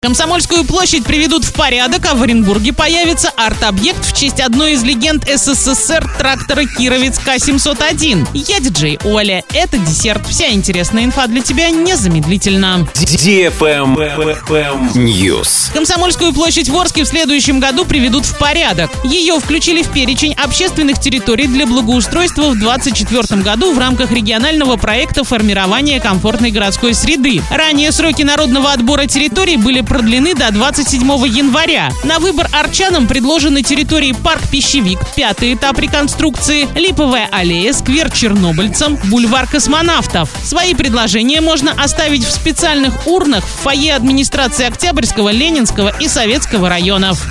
Комсомольскую площадь приведут в порядок, а в Оренбурге появится арт-объект в честь одной из легенд СССР трактора Кировец К-701. Я диджей Оля. Это десерт. Вся интересная инфа для тебя незамедлительно. News. Комсомольскую площадь в Орске в следующем году приведут в порядок. Ее включили в перечень общественных территорий для благоустройства в 2024 году в рамках регионального проекта формирования комфортной городской среды. Ранее сроки народного отбора территорий были продлены до 27 января. На выбор арчанам предложены территории парк «Пищевик», 5-й этап реконструкции, Липовая аллея, сквер чернобыльцам, бульвар космонавтов. Свои предложения можно оставить в специальных урнах в фойе администрации Октябрьского, Ленинского и Советского районов.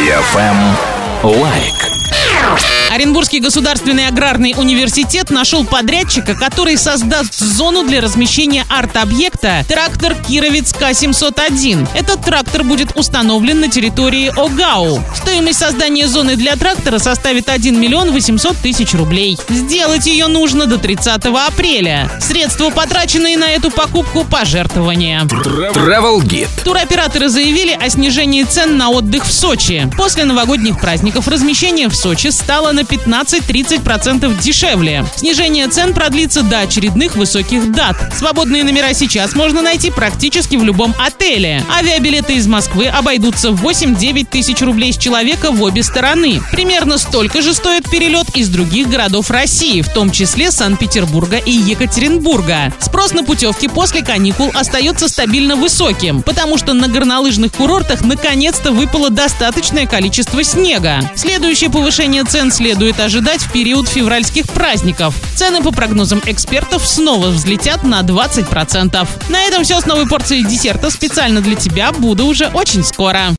Лайк. Оренбургский государственный аграрный университет нашел подрядчика, который создаст зону для размещения арт-объекта «Трактор Кировец К-701». Этот трактор будет установлен на территории ОГАУ. Стоимость создания зоны для трактора составит 1 миллион 800 тысяч рублей. Сделать ее нужно до 30 апреля. Средства, потраченные на эту покупку, пожертвования. Travel Guide. Туроператоры заявили о снижении цен на отдых в Сочи. После новогодних праздников размещение в Сочи стало на 15-30% дешевле. Снижение цен продлится до очередных высоких дат. Свободные номера сейчас можно найти практически в любом отеле. Авиабилеты из Москвы обойдутся в 8-9 тысяч рублей с человека в обе стороны. Примерно столько же стоит перелет из других городов России, в том числе Санкт-Петербурга и Екатеринбурга. Спрос на путевки после каникул остается стабильно высоким, потому что на горнолыжных курортах наконец-то выпало достаточное количество снега. Следующее повышение цен следует ожидать в период февральских праздников. Цены, по прогнозам экспертов, снова взлетят на 20%. На этом все с новой порцией десерта. Специально для тебя буду уже очень скоро.